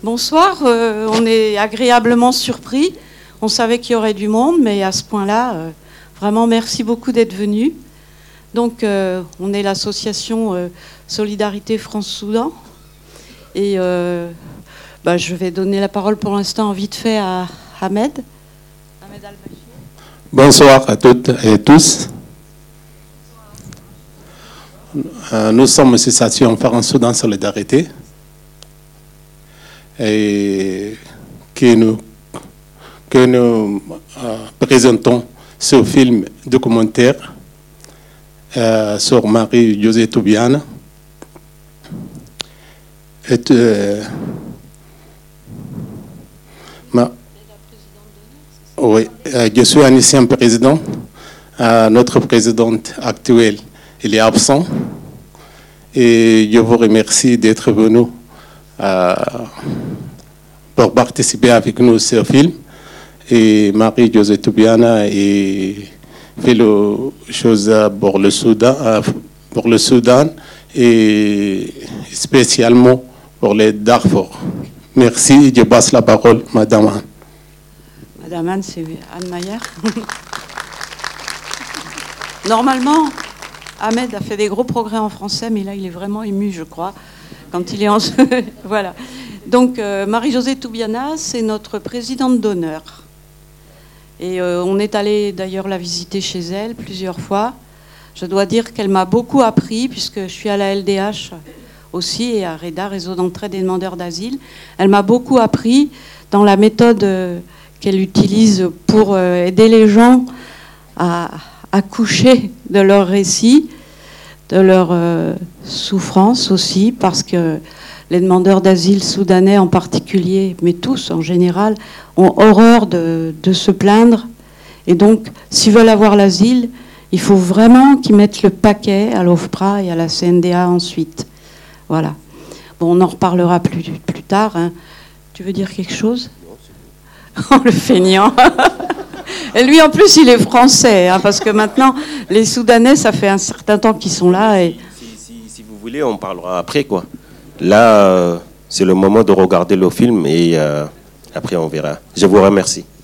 Bonsoir, on est agréablement surpris. On savait qu'il y aurait du monde, mais à ce point-là, vraiment merci beaucoup d'être venus. Donc, on est l'association Solidarité France-Soudan. Et je vais donner la parole pour l'instant vite fait à Ahmed. Ahmed Al-Bachir. Bonsoir à toutes et tous. Nous sommes l'association France-Soudan Solidarité et que nous présentons ce film documentaire sur Marie-Josée Toubiana. Oui, je suis un ancien président. Notre présidente actuelle, il est absent. Et je vous remercie d'être venu pour participer avec nous ce film. Et Marie-Josée Toubiana fait les choses pour le Soudan et spécialement pour les Darfour. Merci, je passe la parole, Madame Anne. Madame Anne, c'est Anne Maillard. Normalement, Ahmed a fait des gros progrès en français, mais là, il est vraiment ému, je crois, quand il est en... Voilà. Donc, Marie-Josée Toubiana, c'est notre présidente d'honneur. Et on est allé d'ailleurs la visiter chez elle plusieurs fois. Je dois dire qu'elle m'a beaucoup appris, puisque je suis à la LDH aussi, et à REDA, Réseau d'entraide des demandeurs d'asile. Elle m'a beaucoup appris dans la méthode qu'elle utilise pour aider les gens à accoucher de leur récit, de leur souffrance aussi, parce que les demandeurs d'asile soudanais en particulier, mais tous en général, ont horreur de se plaindre. Et donc, s'ils veulent avoir l'asile, il faut vraiment qu'ils mettent le paquet à l'OFPRA et à la CNDA ensuite. Voilà. Bon, on en reparlera plus tard. Hein. Tu veux dire quelque chose ? Oh, le feignant. Et lui, en plus, il est français, hein, parce que maintenant, les Soudanais, ça fait un certain temps qu'ils sont là. Et... Si vous voulez, on parlera après, quoi. Là, c'est le moment de regarder le film et après, on verra. Je vous remercie.